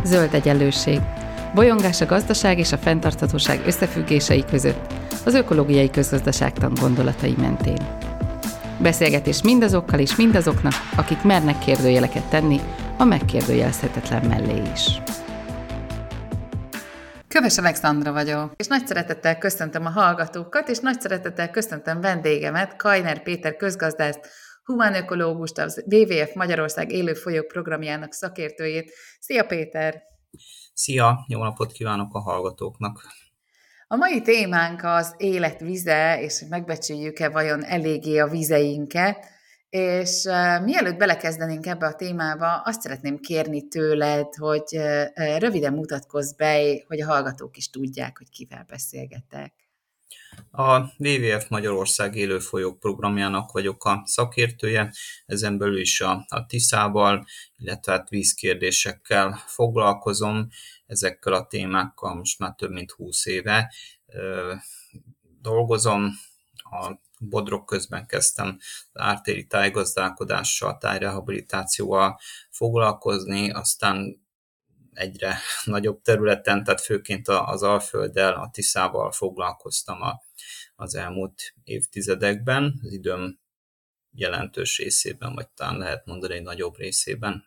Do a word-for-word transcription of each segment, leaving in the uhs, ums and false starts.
Zöld egyenlőség. Bolyongás a gazdaság és a fenntarthatóság összefüggései között, az ökológiai közgazdaságtan gondolatai mentén. Beszélgetés mindazokkal és mindazoknak, akik mernek kérdőjeleket tenni a megkérdőjelezhetetlen mellé is. Köves Alexandra vagyok, és nagy szeretettel köszöntöm a hallgatókat, és nagy szeretettel köszöntöm vendégemet, Kajner Péter közgazdászt, humánökológust, a dupla vé vé ef Magyarország élő folyók programjának szakértőjét. Szia Péter! Szia! Jó napot kívánok a hallgatóknak! A mai témánk az élet vize, és megbecsüljük-e vajon eléggé a vizeinket, és uh, mielőtt belekezdenénk ebbe a témába, azt szeretném kérni tőled, hogy uh, röviden mutatkozz be, hogy a hallgatók is tudják, hogy kivel beszélgetek. A dupla vé ef Magyarország élő folyók programjának vagyok a szakértője, ezen belül is a, a Tiszával, illetve hát vízkérdésekkel foglalkozom. Ezekkel a témákkal most már több mint húsz éve ö, dolgozom. A Bodrog közben kezdtem ártéri tájgazdálkodással, tájrehabilitációval foglalkozni, aztán egyre nagyobb területen, tehát főként az Alfölddel, a Tiszával foglalkoztam a, az elmúlt évtizedekben, az időm jelentős részében, vagy talán lehet mondani egy nagyobb részében.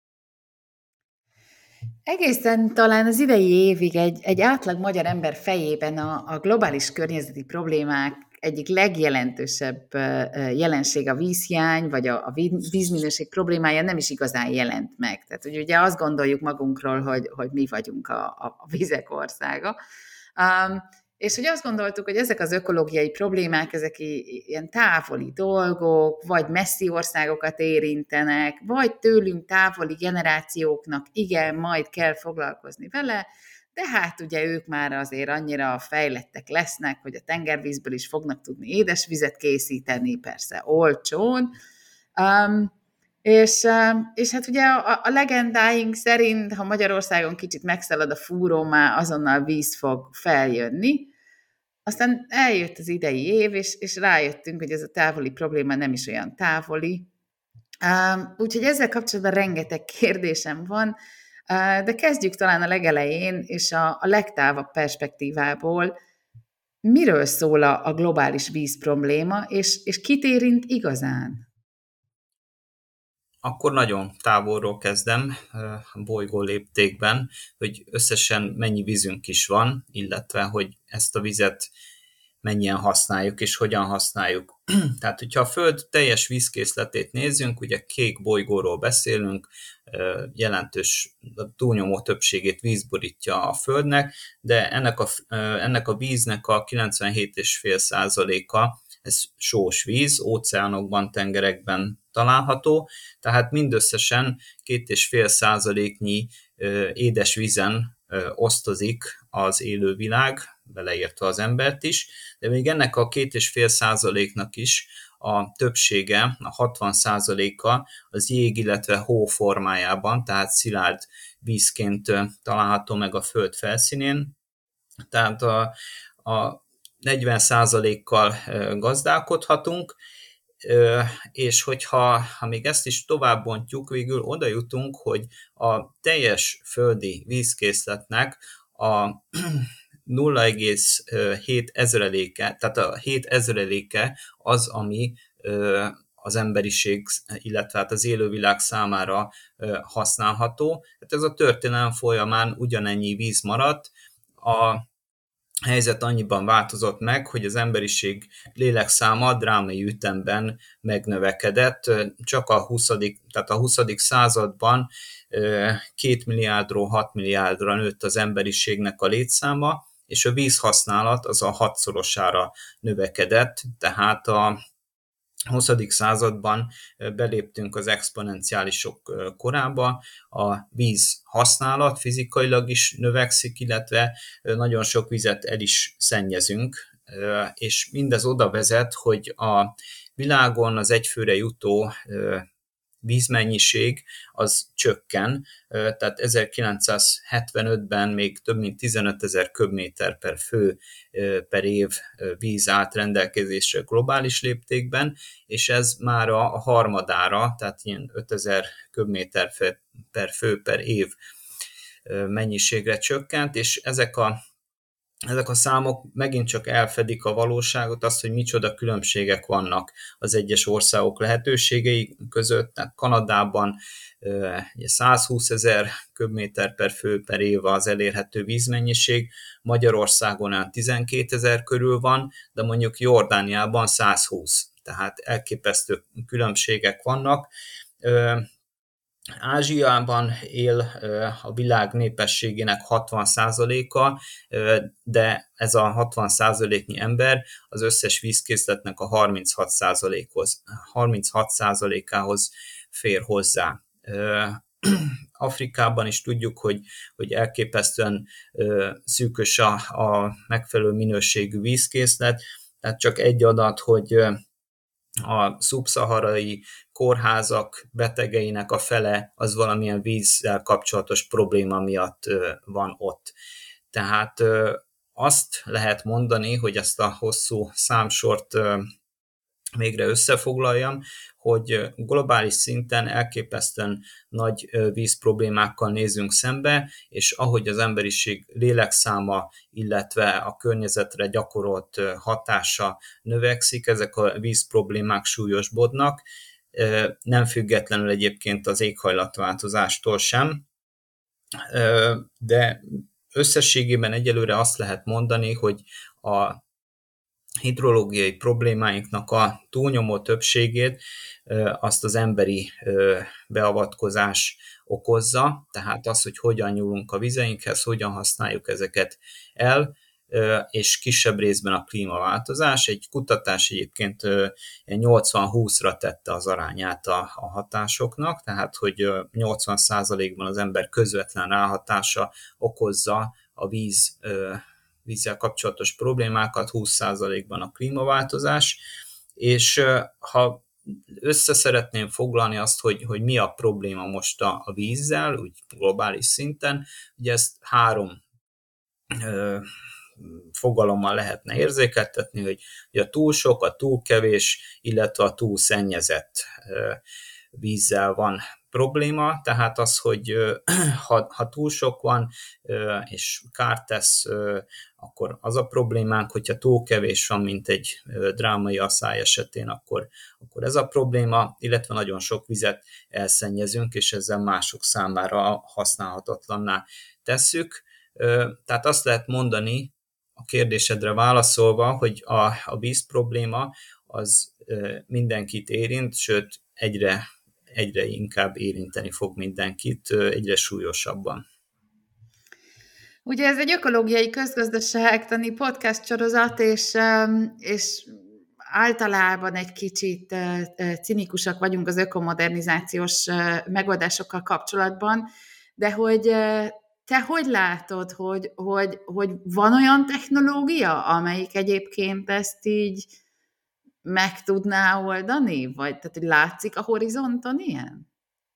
Egészen talán az idei évig egy, egy átlag magyar ember fejében a, a globális környezeti problémák egyik legjelentősebb jelenség a vízhiány, vagy a, a vízminőség problémája nem is igazán jelent meg. Tehát hogy ugye azt gondoljuk magunkról, hogy, hogy mi vagyunk a, a, a vizek országa. Um, és hogy azt gondoltuk, hogy ezek az ökológiai problémák, ezek ilyen távoli dolgok, vagy messzi országokat érintenek, vagy tőlünk távoli generációknak igen, majd kell foglalkozni vele, de hát ugye ők már azért annyira fejlettek lesznek, hogy a tengervízből is fognak tudni édesvizet készíteni, persze olcsón. Um, és, és hát ugye a, a legendáink szerint, ha Magyarországon kicsit megszalad a fúró, már azonnal víz fog feljönni. Aztán eljött az idei év, és, és rájöttünk, hogy ez a távoli probléma nem is olyan távoli. Um, úgyhogy ezzel kapcsolatban rengeteg kérdésem van, uh, de kezdjük talán a legelején, és a, a legtávabb perspektívából. Miről szól a, a globális víz probléma, és, és kit érint igazán? Akkor nagyon távolról kezdem, a bolygó léptékben, hogy összesen mennyi vízünk is van, illetve hogy ezt a vizet mennyien használjuk és hogyan használjuk. Tehát, hogyha a Föld teljes vízkészletét nézzünk, ugye kék bolygóról beszélünk, jelentős túlnyomó többségét víz borítja a Földnek, de ennek a, ennek a víznek a kilencvenhét egész öt százaléka ez sós víz, óceánokban, tengerekben található, tehát mindösszesen két egész öt százaléknyi édes vízen osztozik az élővilág, beleértve az embert is, de még ennek a két egész öt százaléknak is a többsége, a hatvan százaléka az jég, illetve hó formájában, tehát szilárd vízként található meg a Föld felszínén. Tehát a, a negyven százalékkal gazdálkodhatunk, és hogyha ha még ezt is tovább bontjuk, végül oda jutunk, hogy a teljes földi vízkészletnek a nulla egész hét ezreléke, tehát a hét ezreléke az, ami az emberiség, illetve hát az élővilág számára használható. Hát ez a történelem folyamán ugyanennyi víz maradt, a helyzet annyiban változott meg, hogy az emberiség lélekszáma drámai ütemben megnövekedett. Csak a huszadik tehát a huszadik században két milliárdról hat milliárdra nőtt az emberiségnek a létszáma, és a vízhasználat az a hatszorosára növekedett, tehát a huszadik században beléptünk az exponenciálisok korába, a víz használat fizikailag is növekszik, illetve nagyon sok vizet el is szennyezünk, és mindez oda vezet, hogy a világon az egyfőre jutó vízmennyiség az csökken, tehát ezerkilencszázhetvenötben még több mint tizenötezer köbméter per fő per év víz állt rendelkezésre globális léptékben, és ez már a harmadára, tehát ilyen ötezer köbméter per fő per év mennyiségre csökkent, és ezek a Ezek a számok megint csak elfedik a valóságot, azt, hogy micsoda különbségek vannak az egyes országok lehetőségei között. Tehát Kanadában százhúszezer köbméter per fő per év az elérhető vízmennyiség, Magyarországon tizenkétezer körül van, de mondjuk Jordániában százhúsz. Tehát elképesztő különbségek vannak. Ázsiában él a világ népességének hatvan százaléka, de ez a hatvan százaléknyi ember az összes vízkészletnek a harminchat százalékhoz, harminchat százalékához fér hozzá. Afrikában is tudjuk, hogy, hogy elképesztően szűkös a, a megfelelő minőségű vízkészlet, tehát csak egy adat, hogy a szubszaharai kórházak betegeinek a fele az valamilyen vízzel kapcsolatos probléma miatt van ott. Tehát azt lehet mondani, hogy ezt a hosszú számsort végre összefoglaljam, hogy globális szinten elképesztően nagy vízproblémákkal nézünk szembe, és ahogy az emberiség lélekszáma, illetve a környezetre gyakorolt hatása növekszik, ezek a vízproblémák súlyosbodnak, nem függetlenül egyébként az éghajlatváltozástól sem, de összességében egyelőre azt lehet mondani, hogy a hidrológiai problémáinknak a túlnyomó többségét azt az emberi beavatkozás okozza, tehát az, hogy hogyan nyúlunk a vizeinkhez, hogyan használjuk ezeket el, és kisebb részben a klímaváltozás. Egy kutatás egyébként nyolcvan húszra tette az arányát a, a hatásoknak, tehát hogy nyolcvan százalékban az ember közvetlen ráhatása okozza a víz vízzel kapcsolatos problémákat, húsz százalékban a klímaváltozás, és ha össze szeretném foglalni azt, hogy, hogy mi a probléma most a, a vízzel, úgy globális szinten, ugye ezt három ö, fogalommal lehetne érzékeltetni, hogy, hogy a túl sok, a túl kevés, illetve a túl szennyezett ö, vízzel van probléma, tehát az, hogy ha, ha túl sok van, és kárt tesz, akkor az a problémánk, hogyha túl kevés van, mint egy drámai asszály esetén, akkor, akkor ez a probléma, illetve nagyon sok vizet elszennyezünk, és ezzel mások számára használhatatlanná tesszük. Tehát azt lehet mondani, a kérdésedre válaszolva, hogy a, a víz probléma az mindenkit érint, sőt egyre egyre inkább érinteni fog mindenkit, egyre súlyosabban. Ugye ez egy ökológiai közgazdaságtani podcast sorozat, és, és általában egy kicsit cinikusak vagyunk az ökomodernizációs megoldásokkal kapcsolatban, de hogy te hogy látod, hogy, hogy, hogy van olyan technológia, amelyik egyébként ezt így meg tudná oldani? Vagy tehát, hogy látszik a horizonton ilyen?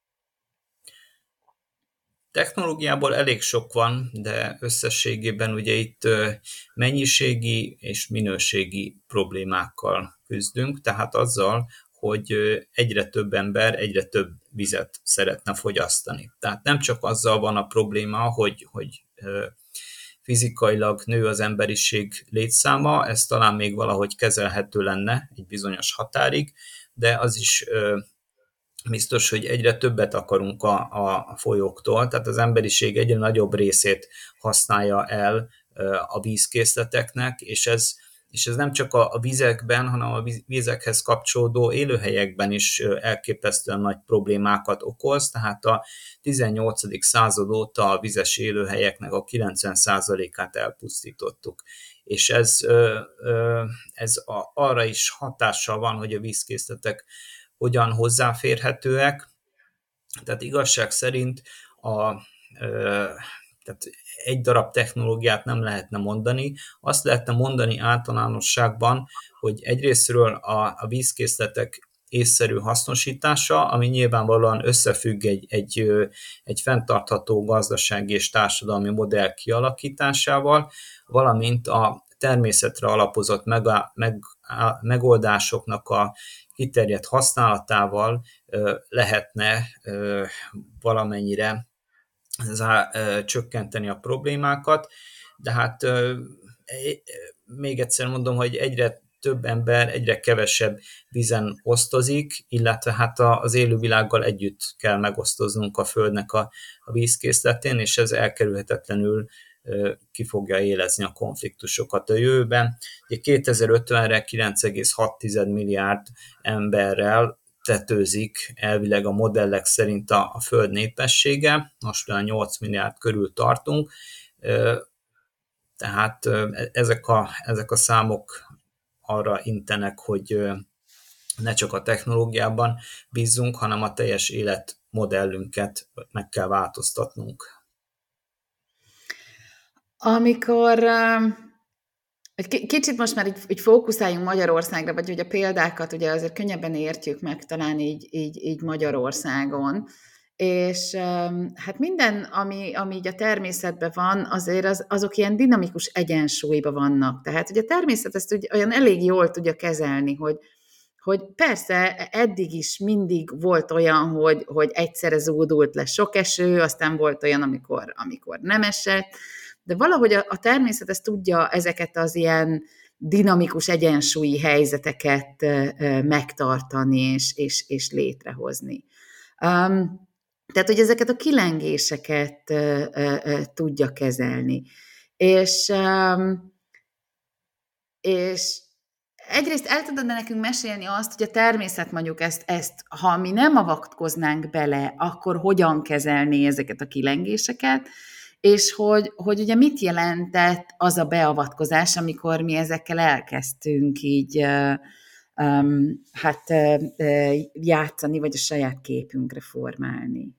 Technológiából elég sok van, de összességében ugye itt mennyiségi és minőségi problémákkal küzdünk, tehát azzal, hogy egyre több ember egyre több vizet szeretne fogyasztani. Tehát nem csak azzal van a probléma, hogy, hogy fizikailag nő az emberiség létszáma, ez talán még valahogy kezelhető lenne egy bizonyos határig, de az is biztos, hogy egyre többet akarunk a, a folyóktól, tehát az emberiség egyre nagyobb részét használja el a vízkészleteknek, és ez, és ez nem csak a, a vizekben, hanem a vízekhez kapcsolódó élőhelyekben is elképesztően nagy problémákat okoz, tehát a tizennyolcadik század óta a vizes élőhelyeknek a kilencven százalékát elpusztítottuk. És ez, ez arra is hatással van, hogy a vízkészletek hogyan hozzáférhetőek. Tehát igazság szerint a, tehát egy darab technológiát nem lehetne mondani. Azt lehetne mondani általánosságban, hogy egyrésztről a, a vízkészletek észszerű hasznosítása, ami nyilvánvalóan összefügg egy, egy, egy fenntartható gazdasági és társadalmi modell kialakításával, valamint a természetre alapozott meg, meg, megoldásoknak a kiterjedt használatával lehetne valamennyire zá, csökkenteni a problémákat, de hát még egyszer mondom, hogy egyre több ember egyre kevesebb vízen osztozik, illetve hát az élővilággal együtt kell megosztoznunk a Földnek a, a vízkészletén, és ez elkerülhetetlenül ki fogja élezni a konfliktusokat a jövőben. kétezer-ötvenre kilenc egész hat milliárd emberrel tetőzik elvileg a modellek szerint a, a Föld népessége, most olyan nyolc milliárd körül tartunk, tehát ezek a, ezek a számok arra intenek, hogy ne csak a technológiában bízzunk, hanem a teljes életmodellünket meg kell változtatnunk. Amikor kicsit most már így, így fókuszáljunk Magyarországra, vagy hogy a példákat ugye azért könnyebben értjük meg talán így, így, így Magyarországon, és hát minden, ami, ami így a természetben van, azért az, azok ilyen dinamikus egyensúlyban vannak. Tehát ugye a természet ezt úgy, olyan elég jól tudja kezelni, hogy, hogy persze eddig is mindig volt olyan, hogy, hogy egyszerre zúdult le sok eső, aztán volt olyan, amikor, amikor nem esett, de valahogy a, a természet ezt tudja ezeket az ilyen dinamikus egyensúlyi helyzeteket megtartani és, és, és létrehozni. Um, tehát, hogy ezeket a kilengéseket uh, uh, tudja kezelni. És, um, és egyrészt el tudod nekünk mesélni azt, hogy a természet mondjuk ezt, ezt, ha mi nem avatkoznánk bele, akkor hogyan kezelné ezeket a kilengéseket, és hogy, hogy ugye mit jelentett az a beavatkozás, amikor mi ezekkel elkezdtünk így uh, um, hát uh, játszani, vagy a saját képünkre formálni.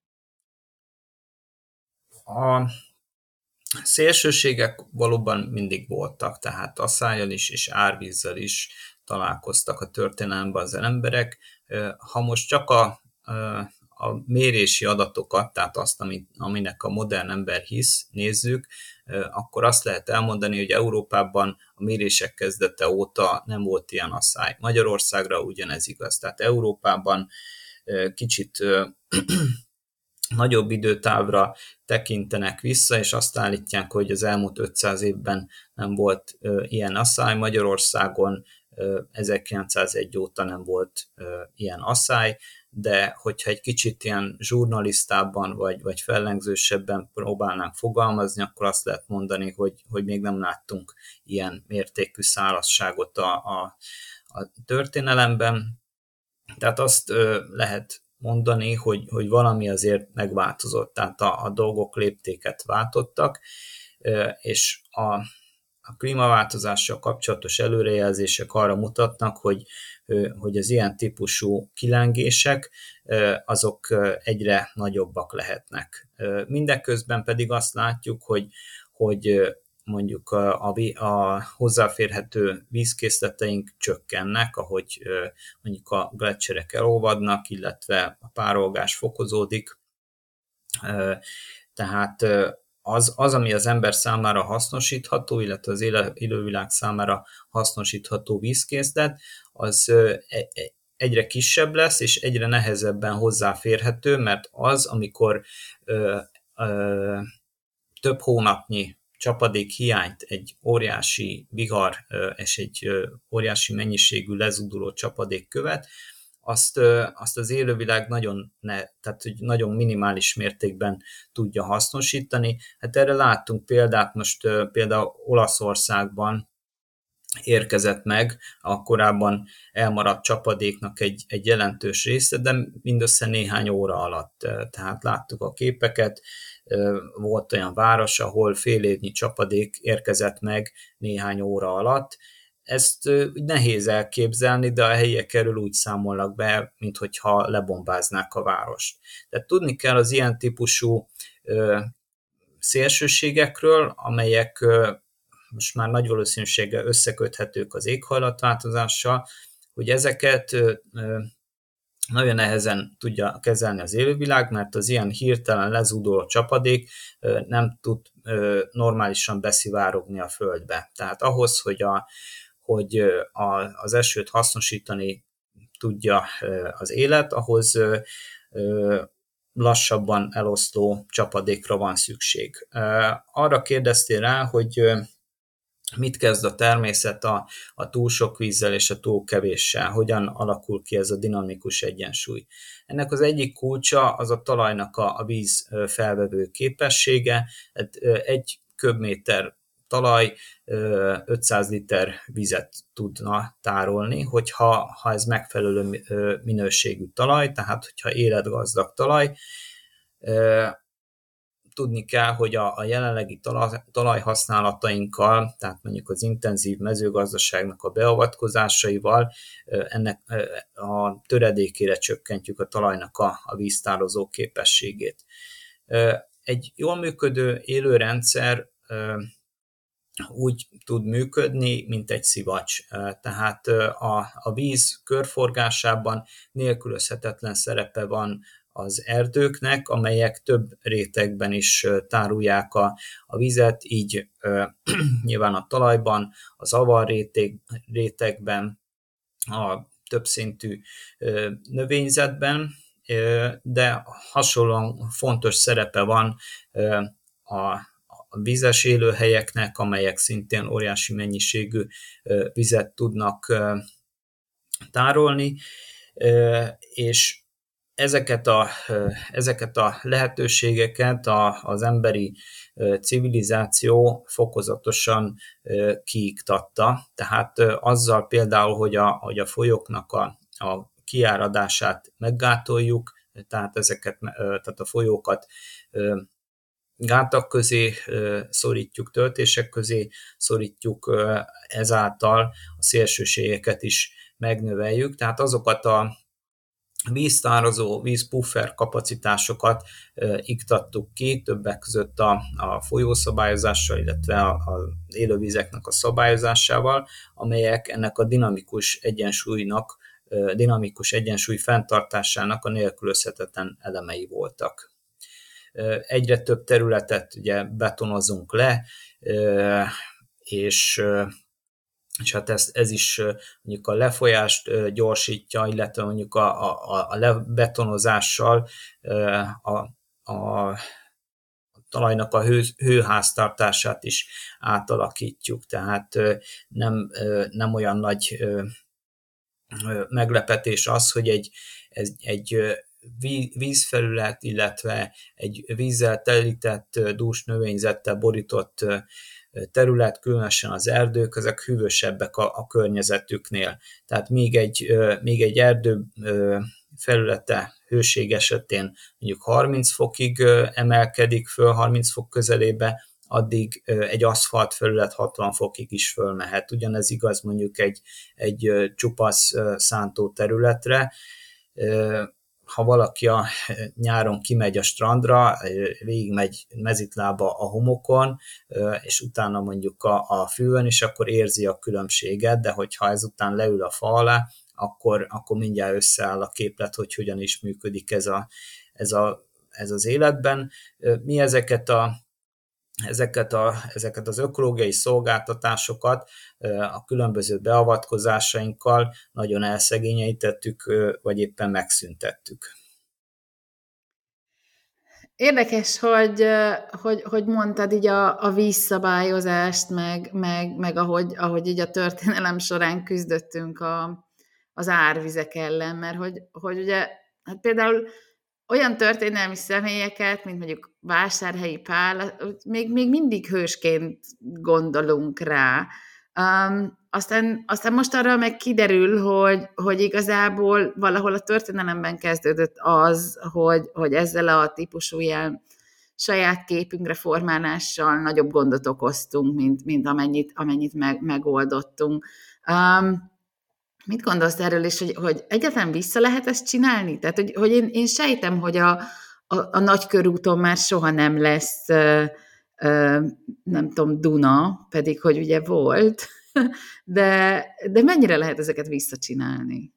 A szélsőségek valóban mindig voltak, tehát asszállyal is és árvízzel is találkoztak a történelemben az emberek. Ha most csak a, a mérési adatokat, tehát azt, aminek a modern ember hisz, nézzük, akkor azt lehet elmondani, hogy Európában a mérések kezdete óta nem volt ilyen asszály. Magyarországra ugyanez igaz. Tehát Európában kicsit nagyobb időtávra tekintenek vissza, és azt állítják, hogy az elmúlt ötszáz évben nem volt ö, ilyen asszály. Magyarországon ö, ezerkilencszázegy óta nem volt ö, ilyen asszály, de hogyha egy kicsit ilyen zsurnalisztában vagy, vagy fellengzősebben próbálnánk fogalmazni, akkor azt lehet mondani, hogy, hogy még nem láttunk ilyen mértékű szárazságot a, a, a történelemben. Tehát azt ö, lehet mondani, hogy, hogy valami azért megváltozott, tehát a, a dolgok léptéket váltottak, és a, a klímaváltozással kapcsolatos előrejelzések arra mutatnak, hogy, hogy az ilyen típusú kilengések azok egyre nagyobbak lehetnek. Mindeközben pedig azt látjuk, hogy, hogy mondjuk a, a, a hozzáférhető vízkészleteink csökkennek, ahogy mondjuk a gleccserek elolvadnak, illetve a párolgás fokozódik. Tehát az, az, ami az ember számára hasznosítható, illetve az élővilág számára hasznosítható vízkészlet, az egyre kisebb lesz, és egyre nehezebben hozzáférhető, mert az, amikor ö, ö, több hónapnyi csapadék hiányt egy óriási vihar és egy óriási mennyiségű lezúduló csapadék követ, azt, azt az élővilág nagyon, ne, tehát, hogy nagyon minimális mértékben tudja hasznosítani. Hát erre láttunk példát, most például Olaszországban érkezett meg a korábban elmaradt csapadéknak egy, egy jelentős része, de mindössze néhány óra alatt. Tehát láttuk a képeket, volt olyan város, ahol fél évnyi csapadék érkezett meg néhány óra alatt. Ezt nehéz elképzelni, de a helyiek erről úgy számolnak be, minthogyha lebombáznák a várost. Tehát tudni kell az ilyen típusú szélsőségekről, amelyek most már nagy valószínűséggel összeköthetők az éghajlatváltozással, hogy ezeket nagyon nehezen tudja kezelni az élővilág, mert az ilyen hirtelen lezúduló csapadék nem tud normálisan beszivárogni a földbe. Tehát ahhoz, hogy, a, hogy a, az esőt hasznosítani tudja az élet, ahhoz lassabban eloszló csapadékra van szükség. Arra kérdeztél rá, hogy mit kezd a természet a, a túl sok vízzel és a túl kevéssel, hogyan alakul ki ez a dinamikus egyensúly. Ennek az egyik kulcsa az a talajnak a, a víz felvevő képessége. Egy köbméter talaj ötszáz liter vizet tudna tárolni, hogyha ha ez megfelelő minőségű talaj, tehát hogyha életgazdag talaj. Tudni kell, hogy a, a jelenlegi talaj, talajhasználatainkkal, tehát mondjuk az intenzív mezőgazdaságnak a beavatkozásaival ennek a töredékére csökkentjük a talajnak a, a víztározó képességét. Egy jól működő élőrendszer úgy tud működni, mint egy szivacs. Tehát a, a víz körforgásában nélkülözhetetlen szerepe van az erdőknek, amelyek több rétegben is tárolják a, a vizet, így e, nyilván a talajban, az avar réteg, rétegben, a többszintű e, növényzetben, e, de hasonlóan fontos szerepe van e, a a vízes élőhelyeknek, amelyek szintén óriási mennyiségű e, vizet tudnak e, tárolni, e, és Ezeket a, ezeket a lehetőségeket a, az emberi civilizáció fokozatosan kiiktatta. Tehát azzal például, hogy a, hogy a folyóknak a, a kiáradását meggátoljuk, tehát, ezeket, tehát a folyókat gátak közé szorítjuk, töltések közé szorítjuk, ezáltal a szélsőségeket is megnöveljük. Tehát azokat a víztározó, vízpuffer kapacitásokat e, iktattuk ki, többek között a, a folyószabályozással, illetve az élővizeknek a szabályozásával, amelyek ennek a dinamikus egyensúlynak, e, dinamikus egyensúly fenntartásának a nélkülözhetetlen elemei voltak. E, egyre több területet ugye betonozunk le, e, és és hát ez, ez is mondjuk a lefolyást gyorsítja, illetve mondjuk a, a, a lebetonozással a, a talajnak a hő, hőháztartását is átalakítjuk, tehát nem, nem olyan nagy meglepetés az, hogy egy, egy vízfelület, illetve egy vízzel telített, dús növényzettel borított terület, különösen az erdők, ezek hűvösebbek a, a környezetüknél. Tehát még egy, még egy erdő felülete hőség esetén mondjuk harminc fokig emelkedik föl, harminc fok közelébe, addig egy aszfalt felület hatvan fokig is fölmehet. Ugyanez igaz mondjuk egy, egy csupasz szántó területre. Ha valaki a nyáron kimegy a strandra, végigmegy mezitlába a homokon, és utána mondjuk a, a fűvön, és akkor érzi a különbséget, de hogyha ezután leül a fa alá, akkor, akkor mindjárt összeáll a képlet, hogy hogyan is működik ez, a, ez, a, ez az életben. Mi ezeket a Ezeket, a, ezeket az ökológiai szolgáltatásokat a különböző beavatkozásainkkal nagyon elszegényítettük, vagy éppen megszüntettük. Érdekes, hogy, hogy, hogy mondtad így a, a vízszabályozást, meg, meg, meg ahogy, ahogy így a történelem során küzdöttünk a, az árvizek ellen, mert hogy, hogy ugye, hát például olyan történelmi személyeket, mint mondjuk Vásárhelyi Pál, még, még mindig hősként gondolunk rá. Um, aztán, aztán most arra meg kiderül, hogy, hogy igazából valahol a történelemben kezdődött az, hogy, hogy ezzel a típusú ilyen saját képünkre formálással nagyobb gondot okoztunk, mint, mint amennyit, amennyit meg, megoldottunk. Um, Mit gondolsz erről is, hogy, hogy egyáltalán vissza lehet ezt csinálni? Tehát, hogy, hogy én, én sejtem, hogy a, a, a nagykörúton már soha nem lesz, ö, ö, nem tudom, Duna, pedig hogy ugye volt, de, de mennyire lehet ezeket visszacsinálni?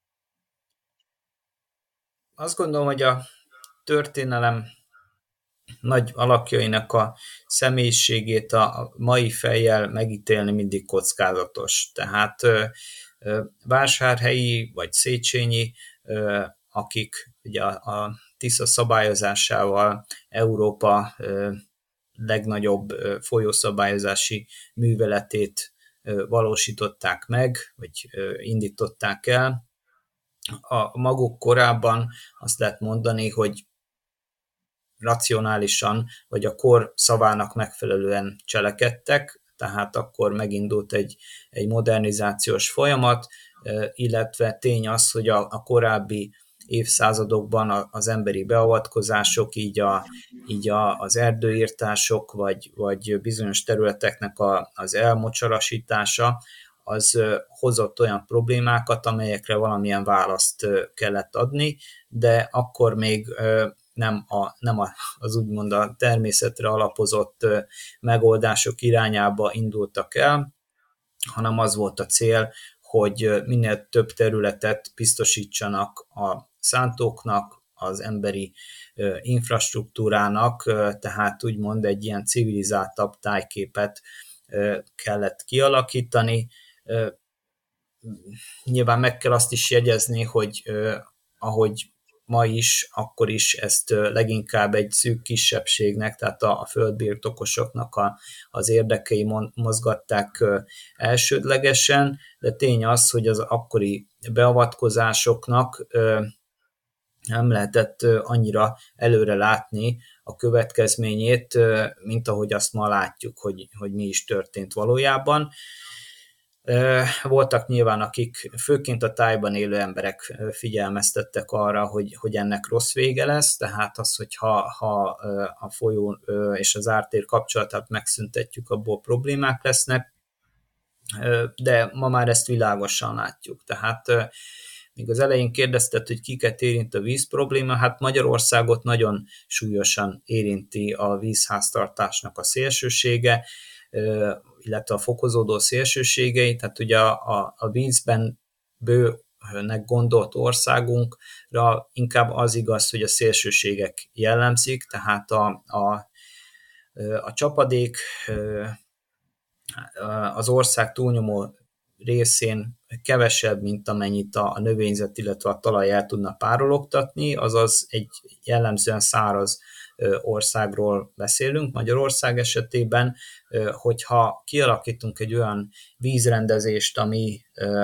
Azt gondolom, hogy a történelem nagy alakjainak a személyiségét a mai fejjel megítélni mindig kockázatos. Tehát Vásárhelyi vagy Széchenyi, akik ugye a Tisza szabályozásával Európa legnagyobb folyószabályozási műveletét valósították meg, vagy indították el. A maguk korábban azt lehet mondani, hogy racionálisan, vagy a kor szavának megfelelően cselekedtek, tehát akkor megindult egy, egy modernizációs folyamat, illetve tény az, hogy a, a korábbi évszázadokban az emberi beavatkozások, így, a, így a, az erdőírtások, vagy, vagy bizonyos területeknek a, az elmocsarasítása, az hozott olyan problémákat, amelyekre valamilyen választ kellett adni, de akkor még nem, a, nem az úgymond a természetre alapozott megoldások irányába indultak el, hanem az volt a cél, hogy minél több területet biztosítsanak a szántóknak, az emberi infrastruktúrának, tehát úgymond egy ilyen civilizáltabb tájképet kellett kialakítani. Nyilván meg kell azt is jegyezni, hogy ahogy ma is, akkor is ezt leginkább egy szűk kisebbségnek, tehát a földbirtokosoknak a, az érdekei mozgatták elsődlegesen, de tény az, hogy az akkori beavatkozásoknak nem lehetett annyira előre látni a következményét, mint ahogy azt ma látjuk, hogy, hogy mi is történt valójában. Voltak nyilván, akik főként a tájban élő emberek figyelmeztettek arra, hogy, hogy ennek rossz vége lesz, tehát az, hogy ha, ha a folyó és az ártér kapcsolatát megszüntetjük, abból problémák lesznek, de ma már ezt világosan látjuk. Tehát még az elején kérdezted, hogy kiket érint a víz probléma, hát Magyarországot nagyon súlyosan érinti a vízháztartásnak a szélsősége, illetve a fokozódó szélsőségei, tehát ugye a, a, a vízben bőnek gondolt országunkra inkább az igaz, hogy a szélsőségek jellemzik, tehát a, a, a csapadék az ország túlnyomó részén kevesebb, mint amennyit a növényzet, illetve a talaj el tudna párologtatni, azaz egy jellemzően száraz országról beszélünk. Magyarország esetében, hogyha kialakítunk egy olyan vízrendezést, ami,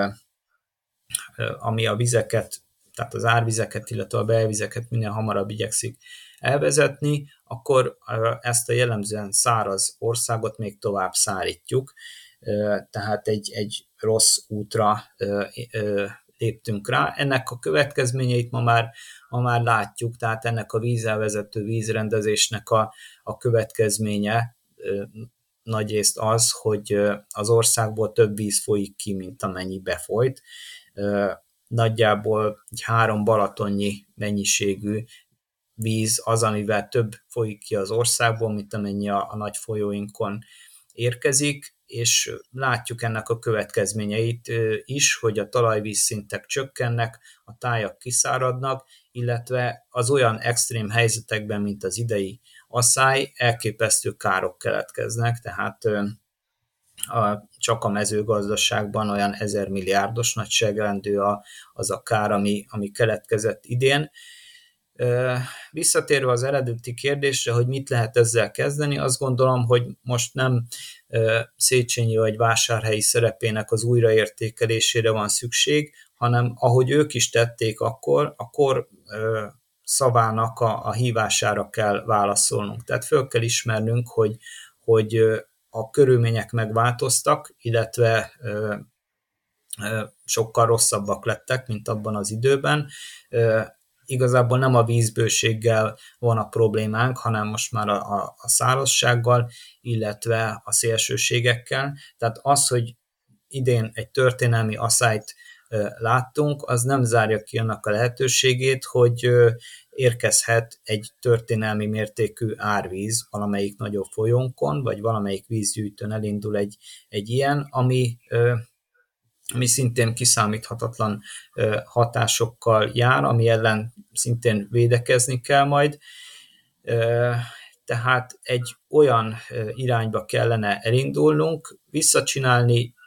ami a vizeket, tehát az árvizeket, illetve a belvizeket minél hamarabb igyekszik elvezetni, akkor ezt a jellemzően száraz országot még tovább szárítjuk, tehát egy, egy rossz útra léptünk rá. Ennek a következményeit ma már, ma már látjuk, tehát ennek a vízelvezető vízrendezésnek a, a következménye nagyrészt az, hogy az országból több víz folyik ki, mint amennyi befolyt. Nagyjából egy három balatonnyi mennyiségű víz az, amivel több folyik ki az országból, mint amennyi a, a nagy folyóinkon érkezik, és látjuk ennek a következményeit is, hogy a talajvízszintek csökkennek, a tájak kiszáradnak, illetve az olyan extrém helyzetekben, mint az idei asszály, elképesztő károk keletkeznek, tehát a, csak a mezőgazdaságban olyan ezer milliárdos nagyságrendű az a kár, ami, ami keletkezett idén. Visszatérve az eredeti kérdésre, hogy mit lehet ezzel kezdeni, azt gondolom, hogy most nem Széchenyi vagy Vásárhelyi szerepének az újraértékelésére van szükség, hanem ahogy ők is tették akkor, akkor szavának a, a hívására kell válaszolnunk. Tehát föl kell ismernünk, hogy, hogy a körülmények megváltoztak, illetve sokkal rosszabbak lettek, mint abban az időben. Igazából nem a vízbőséggel van a problémánk, hanem most már a, a, a szárazsággal, illetve a szélsőségekkel. Tehát az, hogy idén egy történelmi asszályt láttunk, az nem zárja ki annak a lehetőségét, hogy érkezhet egy történelmi mértékű árvíz valamelyik nagyobb folyónkon, vagy valamelyik vízgyűjtőn elindul egy, egy ilyen, ami, ami szintén kiszámíthatatlan hatásokkal jár, ami ellen szintén védekezni kell majd. Tehát egy olyan irányba kellene elindulnunk, visszacsinálni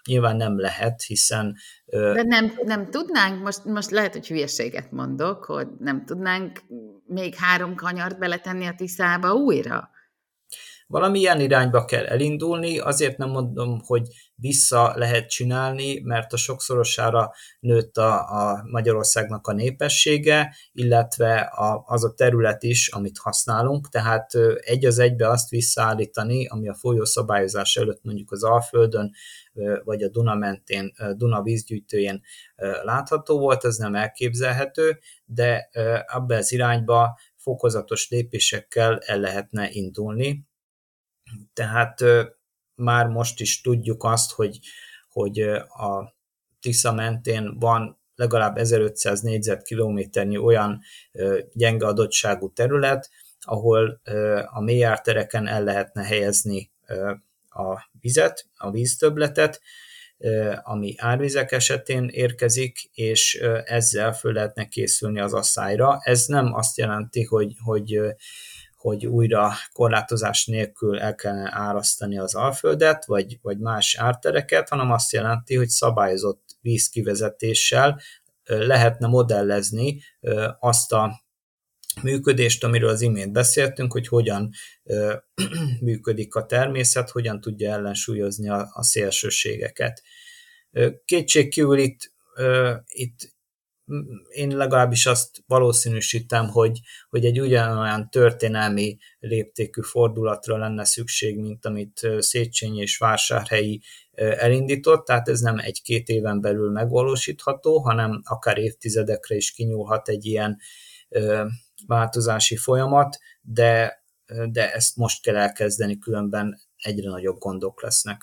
nyilván nem lehet, hiszen... De nem, nem tudnánk, most, most lehet, hogy hülyeséget mondok, hogy nem tudnánk még három kanyart beletenni a Tiszába újra? Valamilyen irányba kell elindulni, azért nem mondom, hogy vissza lehet csinálni, mert a sokszorosára nőtt a, a Magyarországnak a népessége, illetve a, az a terület is, amit használunk, tehát egy az egybe azt visszaállítani, ami a folyószabályozás előtt mondjuk az Alföldön, vagy a Duna mentén, Duna vízgyűjtőjén látható volt, ez nem elképzelhető, de abba az irányba fokozatos lépésekkel el lehetne indulni. Tehát már most is tudjuk azt, hogy, hogy a Tisza mentén van legalább ezerötszáz négyzetkilométernyi olyan gyenge adottságú terület, ahol a mélyártereken el lehetne helyezni a vizet, a víztöbbletet, ami árvizek esetén érkezik, és ezzel föl lehetne készülni az asszályra. Ez nem azt jelenti, hogy, hogy hogy újra korlátozás nélkül el kellene árasztani az Alföldet, vagy, vagy más ártereket, hanem azt jelenti, hogy szabályozott vízkivezetéssel lehetne modellezni azt a működést, amiről az imént beszéltünk, hogy hogyan működik a természet, hogyan tudja ellensúlyozni a, a szélsőségeket. Kétségkívül itt, itt én legalábbis azt valószínűsítem, hogy, hogy egy ugyanolyan történelmi léptékű fordulatra lenne szükség, mint amit Széchenyi és Vásárhelyi elindított, tehát ez nem egy-két éven belül megvalósítható, hanem akár évtizedekre is kinyúlhat egy ilyen változási folyamat, de, de ezt most kell elkezdeni, különben egyre nagyobb gondok lesznek.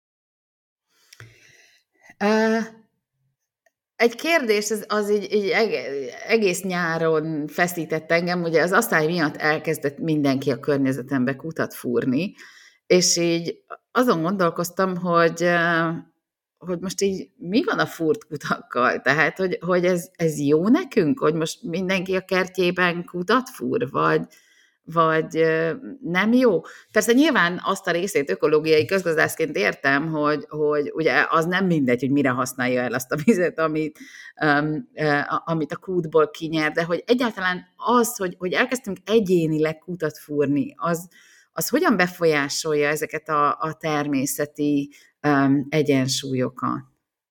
Uh... Egy kérdés, az, az így, így egész nyáron feszített engem, ugye az asszály miatt elkezdett mindenki a környezetembe kutat fúrni, és így azon gondolkoztam, hogy, hogy most így mi van a fúrt kutakkal? Tehát, hogy, hogy ez, ez jó nekünk, hogy most mindenki a kertjében kutat fúr, vagy, vagy nem jó? Persze nyilván azt a részét ökológiai közgazdászként értem, hogy, hogy ugye az nem mindegy, hogy mire használja el azt a vizet, amit, um, uh, amit a kútból kinyer, de hogy egyáltalán az, hogy, hogy elkezdtünk egyénileg kutat fúrni, az, az hogyan befolyásolja ezeket a, a természeti um, egyensúlyokat?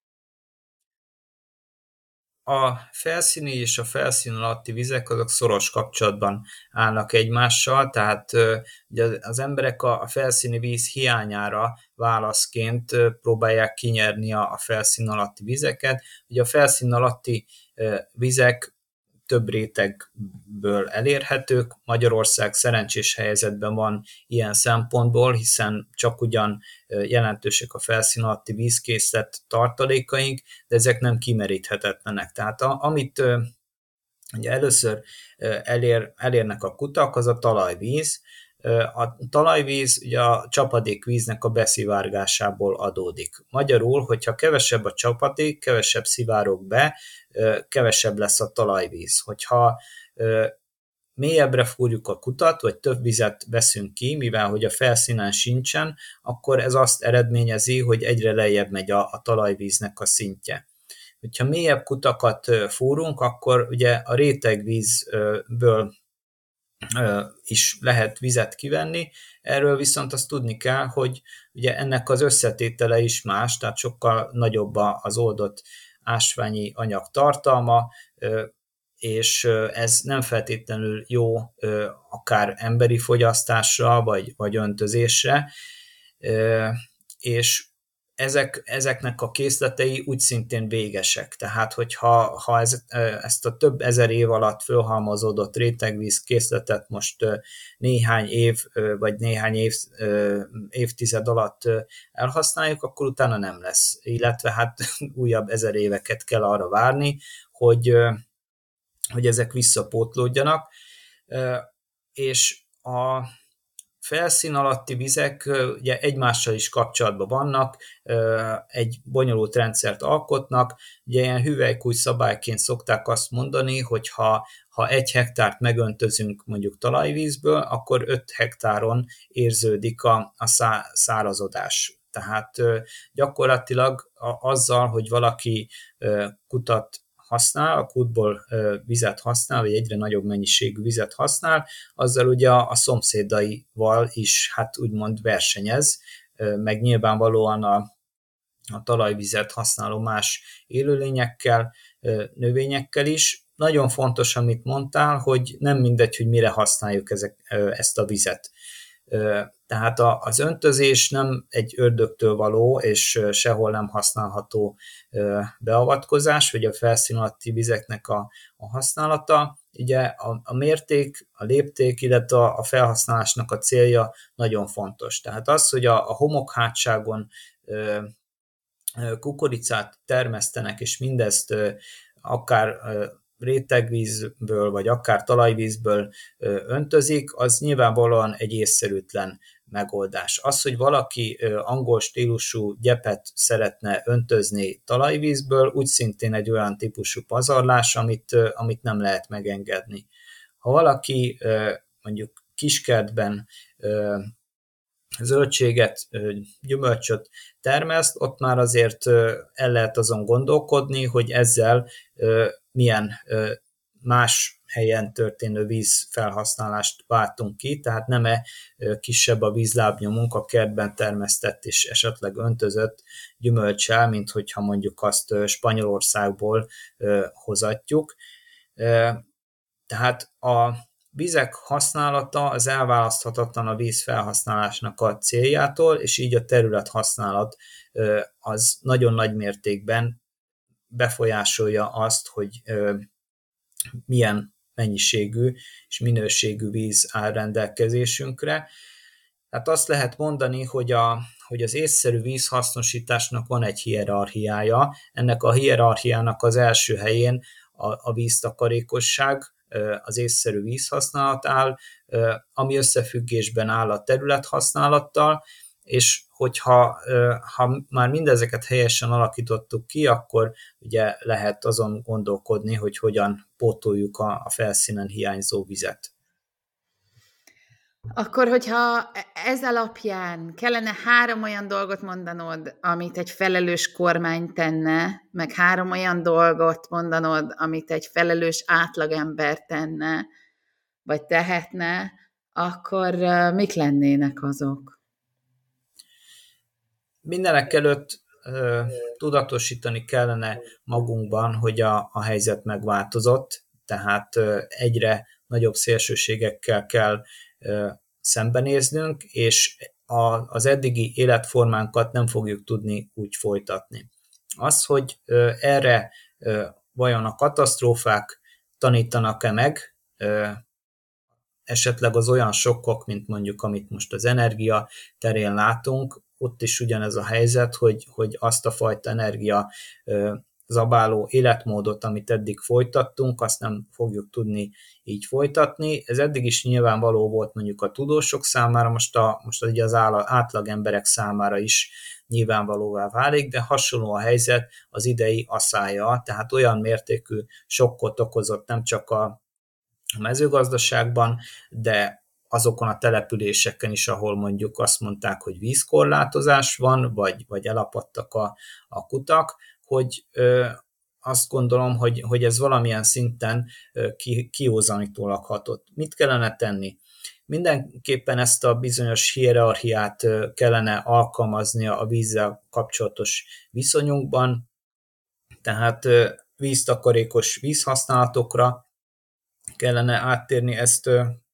A felszíni és a felszín alatti vizek azok szoros kapcsolatban állnak egymással, tehát ugye az emberek a felszíni víz hiányára válaszként próbálják kinyerni a felszín alatti vizeket. Ugye a felszín alatti vizek több rétegből elérhetők. Magyarország szerencsés helyzetben van ilyen szempontból, hiszen csak ugyan jelentősek a felszín alatti vízkészlet tartalékaink, de ezek nem kimeríthetetlenek. Tehát a, amit ugye először elér, elérnek a kutak, az a talajvíz. A talajvíz ugye a csapadékvíznek a beszivárgásából adódik. Magyarul, hogyha kevesebb a csapadék, kevesebb szivárog be, kevesebb lesz a talajvíz. Hogyha mélyebbre fúrjuk a kutat, vagy több vizet veszünk ki, mivel hogy a felszínen sincsen, akkor ez azt eredményezi, hogy egyre lejjebb megy a, a talajvíznek a szintje. Hogyha mélyebb kutakat fúrunk, akkor ugye a rétegvízből is lehet vizet kivenni, erről viszont azt tudni kell, hogy ugye ennek az összetétele is más, tehát sokkal nagyobb az oldott ásványi anyag tartalma, és ez nem feltétlenül jó akár emberi fogyasztásra, vagy, vagy öntözésre, és ezek, ezeknek a készletei úgy szintén végesek. Tehát, hogyha ha ez, ezt a több ezer év alatt fölhalmozódott rétegvíz készletet most néhány év, vagy néhány év, évtized alatt elhasználjuk, akkor utána nem lesz. Illetve hát újabb ezer éveket kell arra várni, hogy, hogy ezek visszapótlódjanak. És a felszín alatti vizek ugye egymással is kapcsolatban vannak, egy bonyolult rendszert alkotnak, ugye ilyen hüvelykúj szabályként szokták azt mondani, hogy ha, ha egy hektárt megöntözünk mondjuk talajvízből, akkor öt hektáron érződik a, a szá, szárazodás. Tehát gyakorlatilag azzal, hogy valaki kutat használ, a kútból vizet használ, vagy egyre nagyobb mennyiségű vizet használ, azzal ugye a szomszédaival is hát úgymond versenyez, meg nyilvánvalóan a, a talajvizet használó más élőlényekkel, növényekkel is. Nagyon fontos, amit mondtál, hogy nem mindegy, hogy mire használjuk ezek, ezt a vizet. Tehát az öntözés nem egy ördögtől való, és sehol nem használható beavatkozás, vagy a felszín alatti vizeknek a, a használata. Ugye a, a mérték, a lépték, illetve a felhasználásnak a célja nagyon fontos. Tehát az, hogy a, a homokhátságon kukoricát termesztenek, és mindezt akár rétegvízből, vagy akár talajvízből öntözik, az nyilvánvalóan egy észszerűtlen megoldás. Az, hogy valaki angol stílusú gyepet szeretne öntözni talajvízből, úgy szintén egy olyan típusú pazarlás, amit, amit nem lehet megengedni. Ha valaki mondjuk kiskertben zöldséget, gyümölcsöt termeszt, ott már azért el lehet azon gondolkodni, hogy ezzel milyen más helyen történő vízfelhasználást váltunk ki, tehát nem-e kisebb a vízlábnyomunk a kertben termesztett és esetleg öntözött gyümölccsel, mint hogyha mondjuk azt Spanyolországból hozatjuk. Tehát a vizek használata az elválaszthatatlan a vízfelhasználásnak a céljától, és így a területhasználat az nagyon nagy mértékben befolyásolja azt, hogy milyen mennyiségű és minőségű víz áll rendelkezésünkre. Tehát azt lehet mondani, hogy, a, hogy az észszerű vízhasznosításnak van egy hierarchiája. Ennek a hierarchiának az első helyén a, a víztakarékosság, az észszerű vízhasználat áll, ami összefüggésben áll a területhasználattal, és hogyha ha már mindezeket helyesen alakítottuk ki, akkor ugye lehet azon gondolkodni, hogy hogyan pótoljuk a, a felszínen hiányzó vizet. Akkor, hogyha ez alapján kellene három olyan dolgot mondanod, amit egy felelős kormány tenne, meg három olyan dolgot mondanod, amit egy felelős átlagember tenne, vagy tehetne, akkor mik lennének azok? Mindenek előtt ö, tudatosítani kellene magunkban, hogy a, a helyzet megváltozott, tehát ö, egyre nagyobb szélsőségekkel kell ö, szembenéznünk, és a, az eddigi életformánkat nem fogjuk tudni úgy folytatni. Az, hogy ö, erre ö, vajon a katasztrófák tanítanak-e meg, ö, esetleg az olyan sokkok, mint mondjuk, amit most az energia terén látunk, ott is ugyanez a helyzet, hogy, hogy azt a fajta energia zabáló életmódot, amit eddig folytattunk, azt nem fogjuk tudni így folytatni. Ez eddig is nyilvánvaló volt mondjuk a tudósok számára, most, a, most ugye az átlag emberek számára is nyilvánvalóvá válik, de hasonló a helyzet az idei aszályjal, tehát olyan mértékű sokkot okozott nem csak a mezőgazdaságban, de azokon a településeken is, ahol mondjuk azt mondták, hogy vízkorlátozás van, vagy, vagy elapadtak a, a kutak, hogy ö, azt gondolom, hogy, hogy ez valamilyen szinten ki, kiózanítólag hatott. Mit kellene tenni? Mindenképpen ezt a bizonyos hierarchiát kellene alkalmazni a vízzel kapcsolatos viszonyunkban, tehát víztakarékos vízhasználatokra kellene áttérni, ezt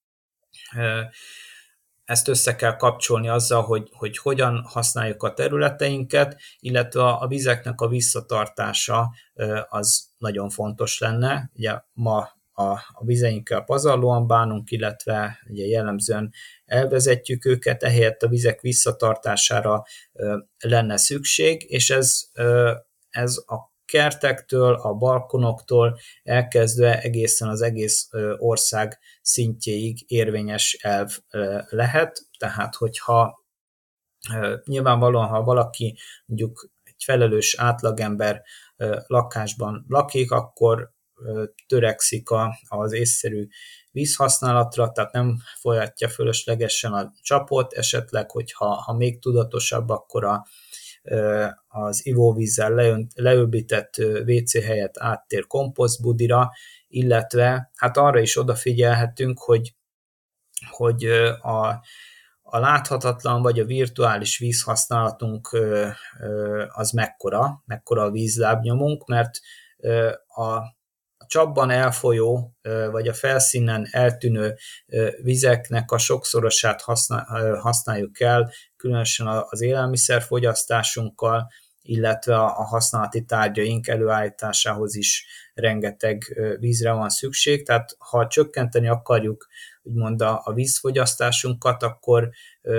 Ezt össze kell kapcsolni azzal, hogy, hogy hogyan használjuk a területeinket, illetve a vizeknek a visszatartása az nagyon fontos lenne. Ugye ma a, a vizeinkkel pazarlóan bánunk, illetve ugye jellemzően elvezetjük őket, ehelyett a vizek visszatartására lenne szükség, és ez, ez a kertektől, a balkonoktól elkezdve egészen az egész ország szintjéig érvényes elv lehet. Tehát, hogyha nyilvánvalóan, ha valaki mondjuk egy felelős átlagember lakásban lakik, akkor törekszik az észszerű vízhasználatra, tehát nem folyatja fölöslegesen a csapot, esetleg, hogyha ha még tudatosabb, akkor a, az ivóvízzel leönt, leöblített vé cé helyett áttér komposztbudira, illetve hát arra is odafigyelhetünk, hogy, hogy a, a láthatatlan vagy a virtuális vízhasználatunk az mekkora, mekkora a vízlábnyomunk, mert a csapban elfolyó, vagy a felszínen eltűnő vizeknek a sokszorosát használjuk el, különösen az élelmiszerfogyasztásunkkal, illetve a használati tárgyaink előállításához is rengeteg vízre van szükség. Tehát ha csökkenteni akarjuk úgymond a, a vízfogyasztásunkat, akkor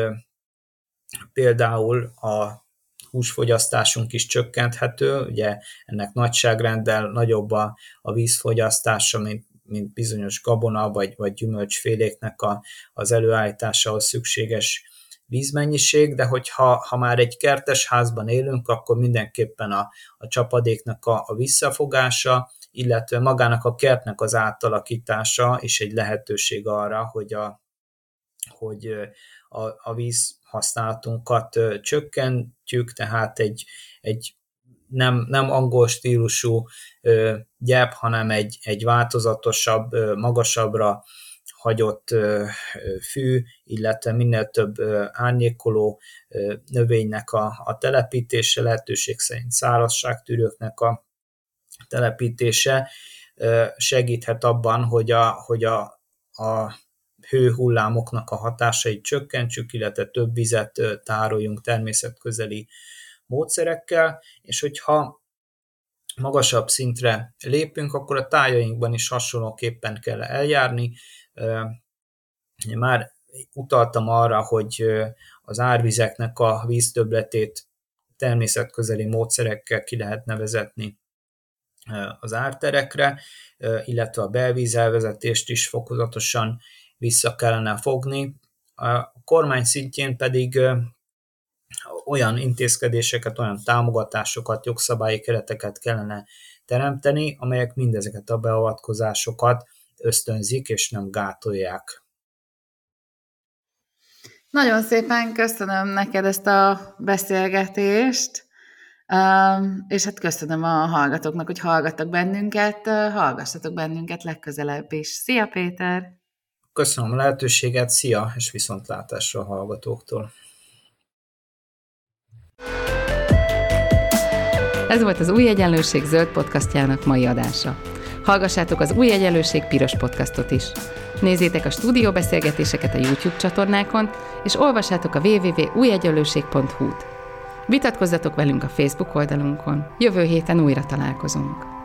például a húsfogyasztásunk is csökkenthető, ugye ennek nagyságrenddel nagyobb a, a vízfogyasztása, mint, mint bizonyos gabona vagy, vagy gyümölcsféléknek a, az előállításához szükséges vízmennyiség, de hogyha ha már egy kertes házban élünk, akkor mindenképpen a, a csapadéknak a, a visszafogása, illetve magának a kertnek az átalakítása is egy lehetőség arra, hogy a, hogy a, a víz használatunkat ö, csökkentjük, tehát egy, egy nem, nem angol stílusú ö, gyep, hanem egy, egy változatosabb, ö, magasabbra hagyott ö, fű, illetve minél több ö, árnyékoló ö, növénynek a, a telepítése, lehetőség szerint szárazságtűrőknek a telepítése ö, segíthet abban, hogy a, hogy a, a hőhullámoknak a hatásait csökkentsük, illetve több vizet tároljunk természetközeli módszerekkel, és hogyha magasabb szintre lépünk, akkor a tájainkban is hasonlóképpen kell eljárni. Már utaltam arra, hogy az árvizeknek a víztöbbletét természetközeli módszerekkel ki lehetne vezetni az árterekre, illetve a belvízelvezetést is fokozatosan vissza kellene fogni. A kormány szintjén pedig olyan intézkedéseket, olyan támogatásokat, jogszabályi kereteket kellene teremteni, amelyek mindezeket a beavatkozásokat ösztönzik és nem gátolják. Nagyon szépen köszönöm neked ezt a beszélgetést, és hát köszönöm a hallgatóknak, hogy hallgattak bennünket, hallgassatok bennünket legközelebb is. Szia, Péter! Köszönöm a lehetőséget, szia, és viszontlátásra a hallgatóktól. Ez volt az Új Egyenlőség zöld podcastjának mai adása. Hallgassátok az Új Egyenlőség piros podcastot is. Nézzétek a stúdióbeszélgetéseket a YouTube csatornákon, és olvassátok a double-u double-u double-u pont új egyenlőség pont hu-t. Vitatkozzatok velünk a Facebook oldalunkon. Jövő héten újra találkozunk.